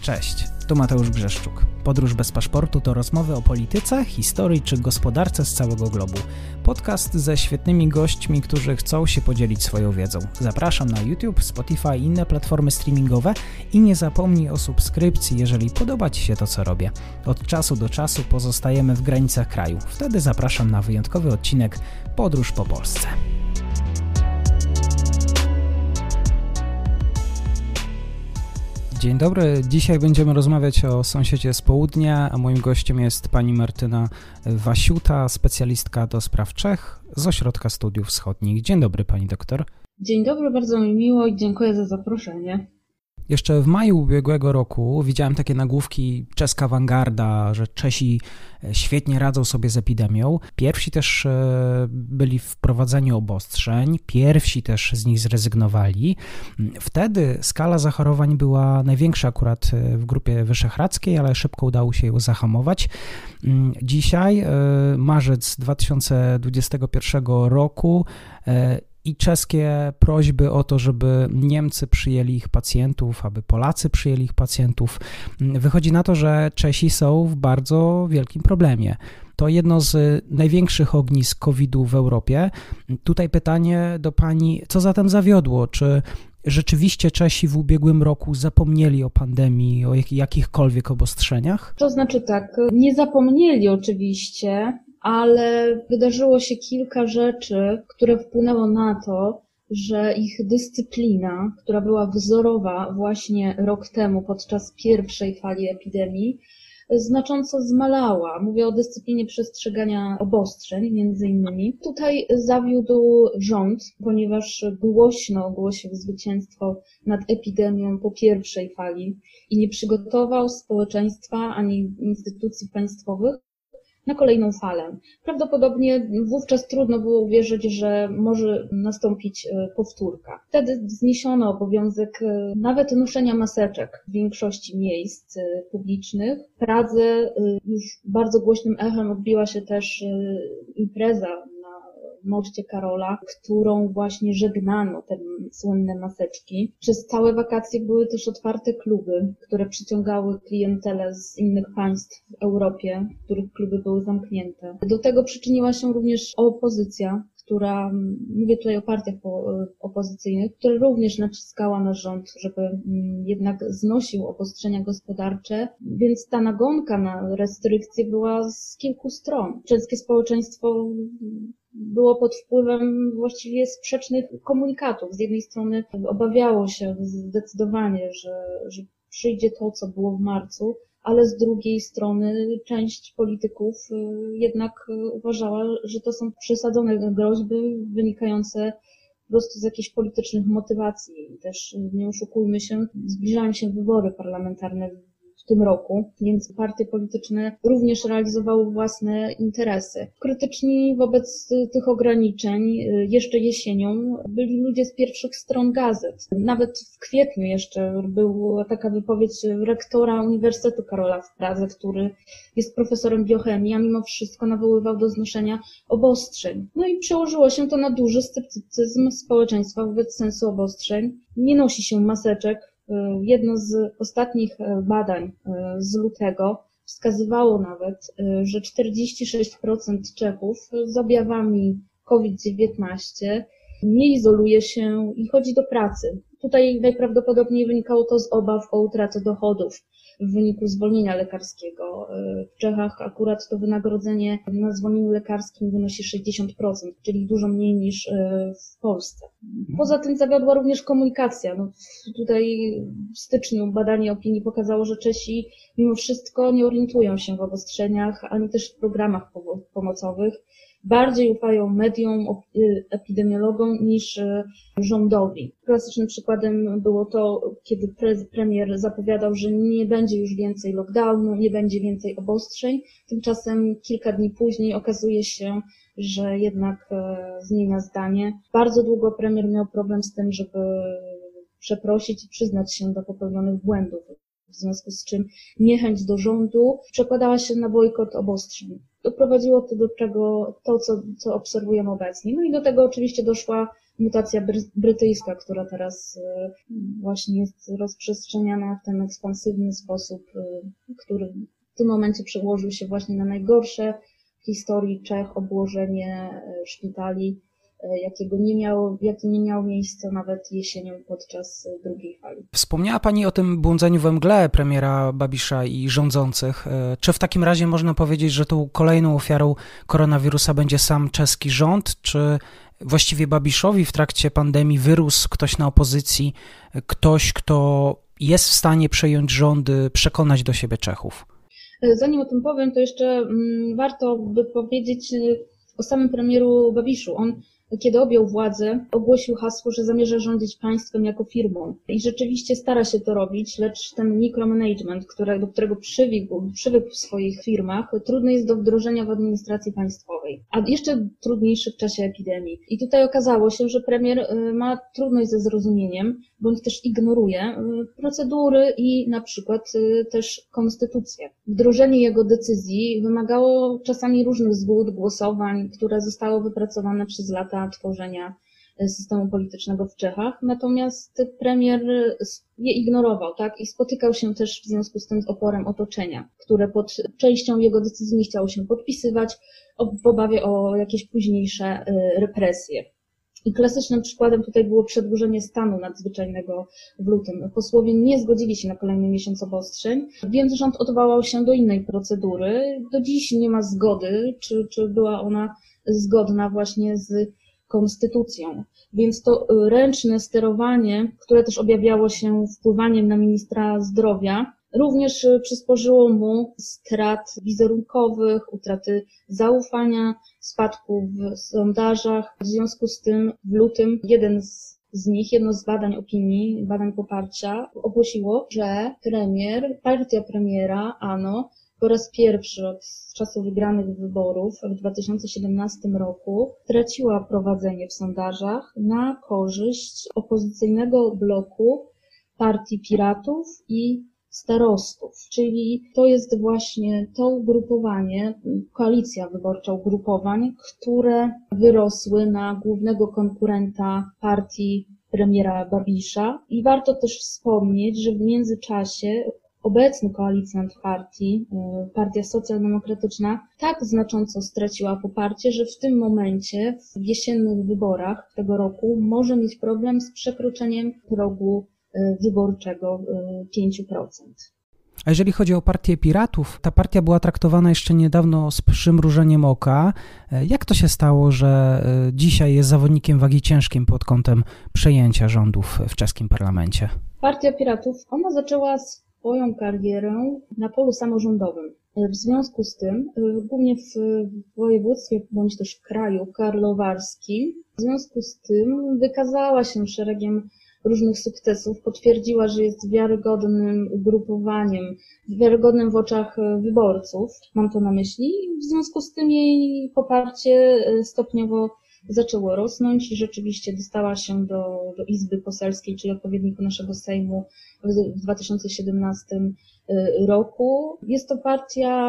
Cześć, tu Mateusz Brzeszczuk. Podróż bez paszportu to rozmowy o polityce, historii czy gospodarce z całego globu. Podcast ze świetnymi gośćmi, którzy chcą się podzielić swoją wiedzą. Zapraszam na YouTube, Spotify i inne platformy streamingowe i nie zapomnij o subskrypcji, jeżeli podoba Ci się to, co robię. Od czasu do czasu pozostajemy w granicach kraju. Wtedy zapraszam na wyjątkowy odcinek Podróż po Polsce. Dzień dobry, dzisiaj będziemy rozmawiać o sąsiedzie z południa, a moim gościem jest pani Martyna Wasiuta, specjalistka do spraw Czech z Ośrodka Studiów Wschodnich. Dzień dobry pani doktor. Dzień dobry, bardzo mi miło i dziękuję za zaproszenie. Jeszcze w maju ubiegłego roku widziałem takie nagłówki Czeska awangarda, że Czesi świetnie radzą sobie z epidemią. Pierwsi też byli w wprowadzaniu obostrzeń, pierwsi też z nich zrezygnowali. Wtedy skala zachorowań była największa akurat w grupie wyszehradzkiej, ale szybko udało się ją zahamować. Dzisiaj, marzec 2021 roku, i czeskie prośby o to, żeby Niemcy przyjęli ich pacjentów, aby Polacy przyjęli ich pacjentów. Wychodzi na to, że Czesi są w bardzo wielkim problemie. To jedno z największych ognisk COVID-u w Europie. Tutaj pytanie do pani, co zatem zawiodło? Czy rzeczywiście Czesi w ubiegłym roku zapomnieli o pandemii, o jakichkolwiek obostrzeniach? To znaczy tak, nie zapomnieli oczywiście, ale wydarzyło się kilka rzeczy, które wpłynęło na to, że ich dyscyplina, która była wzorowa właśnie rok temu podczas pierwszej fali epidemii, znacząco zmalała. Mówię o dyscyplinie przestrzegania obostrzeń między innymi. Tutaj zawiódł rząd, ponieważ głośno ogłosił zwycięstwo nad epidemią po pierwszej fali i nie przygotował społeczeństwa ani instytucji państwowych na kolejną falę. Prawdopodobnie wówczas trudno było uwierzyć, że może nastąpić powtórka. Wtedy zniesiono obowiązek nawet noszenia maseczek w większości miejsc publicznych. W Pradze już bardzo głośnym echem odbiła się też impreza na moście Karola, którą właśnie żegnano te słynne maseczki. Przez całe wakacje były też otwarte kluby, które przyciągały klientelę z innych państw w Europie, w których kluby były zamknięte. Do tego przyczyniła się również opozycja, która, mówię tutaj o partiach opozycyjnych, która również naciskała na rząd, żeby jednak znosił obostrzenia gospodarcze, więc ta nagonka na restrykcje była z kilku stron. Czeskie społeczeństwo było pod wpływem właściwie sprzecznych komunikatów. Z jednej strony obawiało się zdecydowanie, że przyjdzie to, co było w marcu, ale z drugiej strony część polityków jednak uważała, że to są przesadzone groźby wynikające po prostu z jakichś politycznych motywacji. I też nie oszukujmy się, zbliżają się wybory parlamentarne w tym roku, więc partie polityczne również realizowały własne interesy. Krytyczni wobec tych ograniczeń jeszcze jesienią byli ludzie z pierwszych stron gazet. Nawet w kwietniu jeszcze była taka wypowiedź rektora Uniwersytetu Karola w Pradze, który jest profesorem biochemii, a mimo wszystko nawoływał do znoszenia obostrzeń. No i przełożyło się to na duży sceptycyzm społeczeństwa wobec sensu obostrzeń. Nie nosi się maseczek. Jedno z ostatnich badań z lutego wskazywało nawet, że 46% Czechów z objawami COVID-19 nie izoluje się i chodzi do pracy. Tutaj najprawdopodobniej wynikało to z obaw o utratę dochodów w wyniku zwolnienia lekarskiego. W Czechach akurat to wynagrodzenie na zwolnieniu lekarskim wynosi 60%, czyli dużo mniej niż w Polsce. Poza tym zawiodła również komunikacja. No, tutaj w styczniu badanie opinii pokazało, że Czesi mimo wszystko nie orientują się w obostrzeniach, ani też w programach pomocowych. Bardziej ufają mediom, epidemiologom niż rządowi. Klasycznym przykładem było to, kiedy premier zapowiadał, że nie będzie już więcej lockdownu, nie będzie więcej obostrzeń. Tymczasem kilka dni później okazuje się, że jednak zmienia zdanie. Bardzo długo premier miał problem z tym, żeby przeprosić i przyznać się do popełnionych błędów. W związku z czym niechęć do rządu przekładała się na bojkot obostrzeń. Doprowadziło to do czego, co obserwujemy obecnie. No i do tego oczywiście doszła mutacja brytyjska, która teraz właśnie jest rozprzestrzeniana w ten ekspansywny sposób, który w tym momencie przełożył się właśnie na najgorsze w historii Czech obłożenie szpitali, jakie nie miało miejsca nawet jesienią podczas drugiej fali. Wspomniała Pani o tym błądzeniu we mgle premiera Babisza i rządzących. Czy w takim razie można powiedzieć, że tą kolejną ofiarą koronawirusa będzie sam czeski rząd, czy właściwie Babiszowi w trakcie pandemii wyrósł ktoś na opozycji, ktoś, kto jest w stanie przejąć rządy, przekonać do siebie Czechów? Zanim o tym powiem, to jeszcze warto by powiedzieć o samym premieru Babiszu. On, kiedy objął władzę, ogłosił hasło, że zamierza rządzić państwem jako firmą. I rzeczywiście stara się to robić, lecz ten micromanagement, do którego przywykł w swoich firmach, trudny jest do wdrożenia w administracji państwowej. A jeszcze trudniejszy w czasie epidemii. I tutaj okazało się, że premier ma trudność ze zrozumieniem, bądź też ignoruje procedury i na przykład też konstytucję. Wdrożenie jego decyzji wymagało czasami różnych zgód, głosowań, które zostały wypracowane przez lata tworzenia systemu politycznego w Czechach, natomiast premier je ignorował, tak? I spotykał się też w związku z tym z oporem otoczenia, które pod częścią jego decyzji nie chciało się podpisywać w obawie o jakieś późniejsze represje. I klasycznym przykładem tutaj było przedłużenie stanu nadzwyczajnego w lutym. Posłowie nie zgodzili się na kolejny miesiąc obostrzeń, więc rząd odwołał się do innej procedury. Do dziś nie ma zgody, czy była ona zgodna właśnie z konstytucją. Więc to ręczne sterowanie, które też objawiało się wpływaniem na ministra zdrowia, również przysporzyło mu strat wizerunkowych, utraty zaufania, spadku w sondażach. W związku z tym w lutym jedno z badań opinii, badań poparcia ogłosiło, że partia premiera ANO po raz pierwszy od czasu wygranych wyborów w 2017 roku straciła prowadzenie w sondażach na korzyść opozycyjnego bloku Partii Piratów i Starostów, czyli to jest właśnie to ugrupowanie, koalicja wyborcza ugrupowań, które wyrosły na głównego konkurenta partii premiera Babisza. I warto też wspomnieć, że w międzyczasie obecny koalicjant partii, Partia Socjaldemokratyczna, tak znacząco straciła poparcie, że w tym momencie w jesiennych wyborach tego roku może mieć problem z przekroczeniem progu wyborczego 5%. A jeżeli chodzi o partię Piratów, ta partia była traktowana jeszcze niedawno z przymrużeniem oka. Jak to się stało, że dzisiaj jest zawodnikiem wagi ciężkiej pod kątem przejęcia rządów w czeskim parlamencie? Partia Piratów, ona zaczęła swoją karierę na polu samorządowym. W związku z tym, głównie w województwie bądź też w kraju karlowarskim, w związku z tym wykazała się szeregiem różnych sukcesów, potwierdziła, że jest wiarygodnym ugrupowaniem, wiarygodnym w oczach wyborców, mam to na myśli. W związku z tym jej poparcie stopniowo zaczęło rosnąć i rzeczywiście dostała się do Izby Poselskiej, czyli odpowiedniku naszego Sejmu w 2017 roku. Jest to partia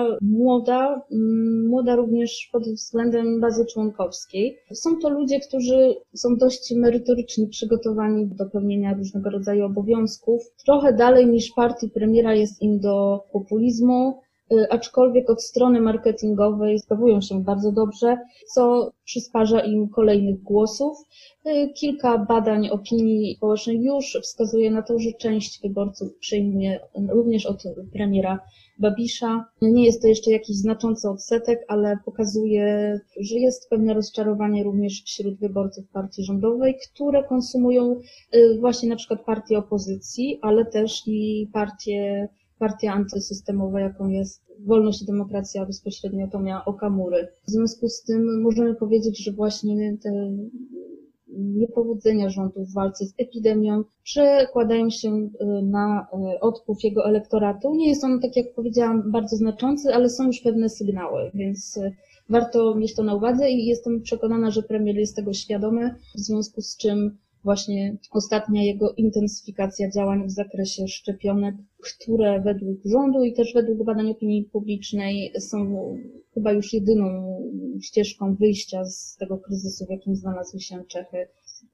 młoda również pod względem bazy członkowskiej. Są to ludzie, którzy są dość merytorycznie przygotowani do pełnienia różnego rodzaju obowiązków. Trochę dalej niż partii premiera jest im do populizmu, aczkolwiek od strony marketingowej sprawują się bardzo dobrze, co przysparza im kolejnych głosów. Kilka badań opinii społecznej już wskazuje na to, że część wyborców przyjmuje również od premiera Babisza. Nie jest to jeszcze jakiś znaczący odsetek, ale pokazuje, że jest pewne rozczarowanie również wśród wyborców partii rządowej, które konsumują właśnie na przykład partie opozycji, ale też i partia antysystemowa, jaką jest Wolność i Demokracja, bezpośrednio to miała Okamury. W związku z tym możemy powiedzieć, że właśnie te niepowodzenia rządu w walce z epidemią przekładają się na odpływ jego elektoratu. Nie jest on, tak jak powiedziałam, bardzo znaczący, ale są już pewne sygnały, więc warto mieć to na uwadze i jestem przekonana, że premier jest tego świadomy, w związku z czym właśnie ostatnia jego intensyfikacja działań w zakresie szczepionek, które według rządu i też według badań opinii publicznej są chyba już jedyną ścieżką wyjścia z tego kryzysu, w jakim znalazły się Czechy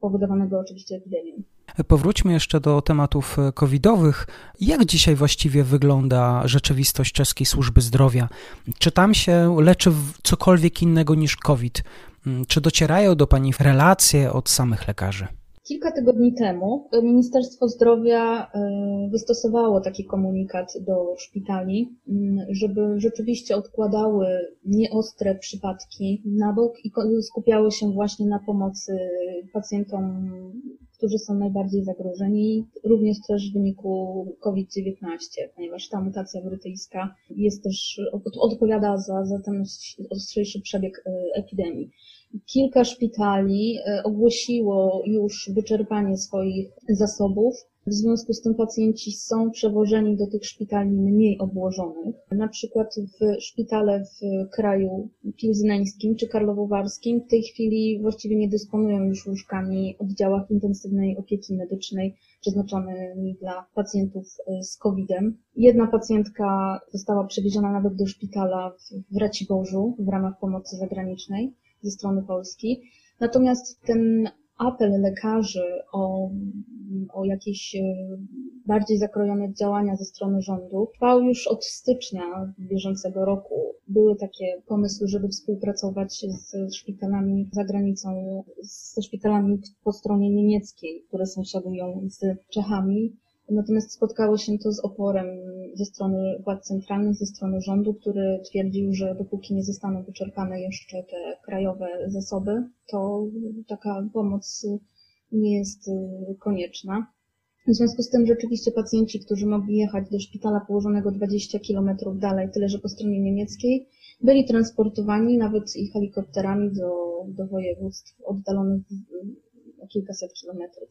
spowodowanego oczywiście epidemią. Powróćmy jeszcze do tematów covidowych. Jak dzisiaj właściwie wygląda rzeczywistość czeskiej służby zdrowia? Czy tam się leczy cokolwiek innego niż COVID? Czy docierają do Pani relacje od samych lekarzy? Kilka tygodni temu Ministerstwo Zdrowia wystosowało taki komunikat do szpitali, żeby rzeczywiście odkładały nieostre przypadki na bok i skupiały się właśnie na pomocy pacjentom, którzy są najbardziej zagrożeni, również też w wyniku COVID-19, ponieważ ta mutacja brytyjska jest też, odpowiada za ten ostrzejszy przebieg epidemii. Kilka szpitali ogłosiło już wyczerpanie swoich zasobów. W związku z tym pacjenci są przewożeni do tych szpitali mniej obłożonych. Na przykład w szpitale w kraju pilzneńskim czy karlowowarskim w tej chwili właściwie nie dysponują już łóżkami w oddziałach intensywnej opieki medycznej przeznaczonymi dla pacjentów z COVID-em. Jedna pacjentka została przewieziona nawet do szpitala w Raciborzu w ramach pomocy zagranicznej ze strony Polski. Natomiast ten apel lekarzy o jakieś bardziej zakrojone działania ze strony rządu trwał już od stycznia bieżącego roku. Były takie pomysły, żeby współpracować z szpitalami za granicą, ze szpitalami po stronie niemieckiej, które sąsiadują z Czechami. Natomiast spotkało się to z oporem ze strony władz centralnych, ze strony rządu, który twierdził, że dopóki nie zostaną wyczerpane jeszcze te krajowe zasoby, to taka pomoc nie jest konieczna. W związku z tym rzeczywiście pacjenci, którzy mogli jechać do szpitala położonego 20 km dalej, tyle że po stronie niemieckiej, byli transportowani nawet i helikopterami do województw oddalonych o kilkaset kilometrów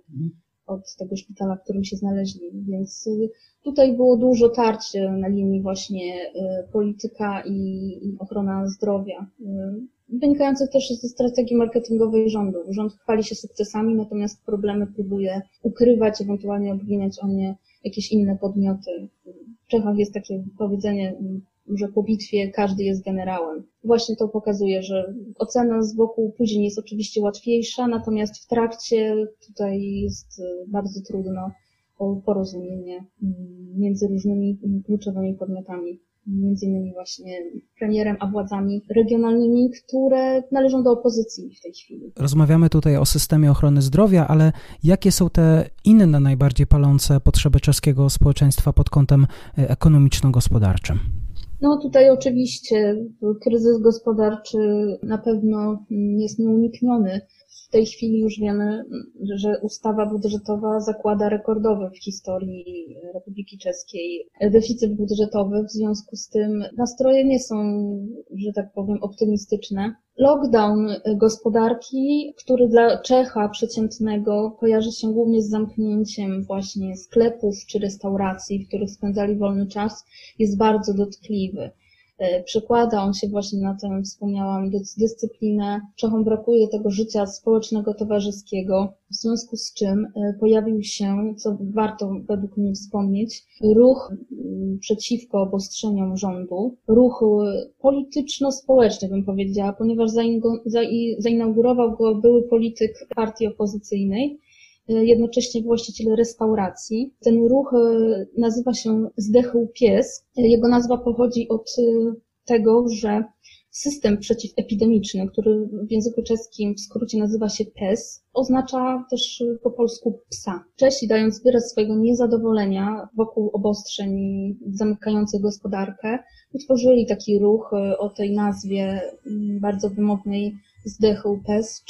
od tego szpitala, w którym się znaleźli. Więc tutaj było dużo tarć na linii właśnie polityka i ochrona zdrowia, wynikających też ze strategii marketingowej rządu. Rząd chwali się sukcesami, natomiast problemy próbuje ukrywać, ewentualnie obwiniać o nie jakieś inne podmioty. W Czechach jest takie powiedzenie, że po bitwie każdy jest generałem. Właśnie to pokazuje, że ocena z boku później jest oczywiście łatwiejsza, natomiast w trakcie tutaj jest bardzo trudno o porozumienie między różnymi kluczowymi podmiotami, między innymi właśnie premierem, a władzami regionalnymi, które należą do opozycji w tej chwili. Rozmawiamy tutaj o systemie ochrony zdrowia, ale jakie są te inne najbardziej palące potrzeby czeskiego społeczeństwa pod kątem ekonomiczno-gospodarczym? No tutaj oczywiście kryzys gospodarczy na pewno jest nieunikniony. W tej chwili już wiemy, że ustawa budżetowa zakłada rekordowy w historii Republiki Czeskiej deficyt budżetowy. W związku z tym nastroje nie są, że tak powiem, optymistyczne. Lockdown gospodarki, który dla Czecha przeciętnego kojarzy się głównie z zamknięciem właśnie sklepów czy restauracji, w których spędzali wolny czas, jest bardzo dotkliwy. Przekłada on się właśnie na tę, wspomniałam, dyscyplinę. Czechom brakuje tego życia społecznego, towarzyskiego, w związku z czym pojawił się, co warto według mnie wspomnieć, ruch przeciwko obostrzeniom rządu, ruch polityczno-społeczny, bym powiedziała, ponieważ zainaugurował go były polityk partii opozycyjnej, jednocześnie właściciel restauracji. Ten ruch nazywa się Zdechył Pies. Jego nazwa pochodzi od tego, że system przeciwepidemiczny, który w języku czeskim w skrócie nazywa się PES, oznacza też po polsku psa. Czesi, dając wyraz swojego niezadowolenia wokół obostrzeń zamykających gospodarkę, utworzyli taki ruch o tej nazwie bardzo wymownej Zdechył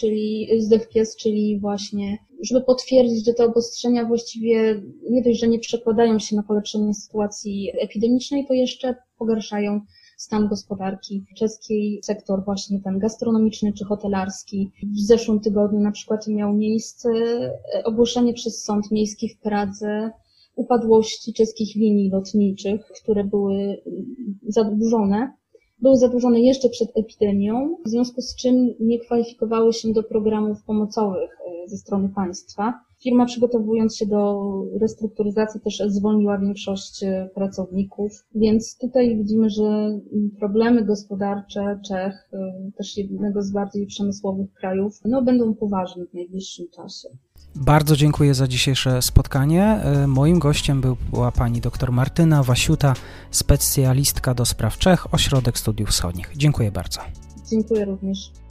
Pies, czyli właśnie, żeby potwierdzić, że te obostrzenia właściwie nie dość, że nie przekładają się na polepszenie sytuacji epidemicznej, to jeszcze pogarszają stan gospodarki czeskiej, sektor właśnie ten gastronomiczny czy hotelarski. W zeszłym tygodniu na przykład miał miejsce ogłoszenie przez Sąd Miejski w Pradze upadłości czeskich linii lotniczych, które były zadłużone. Były zadłużone jeszcze przed epidemią, w związku z czym nie kwalifikowały się do programów pomocowych ze strony państwa. Firma, przygotowując się do restrukturyzacji, też zwolniła większość pracowników, więc tutaj widzimy, że problemy gospodarcze Czech, też jednego z bardziej przemysłowych krajów, będą poważne w najbliższym czasie. Bardzo dziękuję za dzisiejsze spotkanie. Moim gościem była pani dr Martyna Wasiuta, specjalistka do spraw Czech, Ośrodek Studiów Wschodnich. Dziękuję bardzo. Dziękuję również.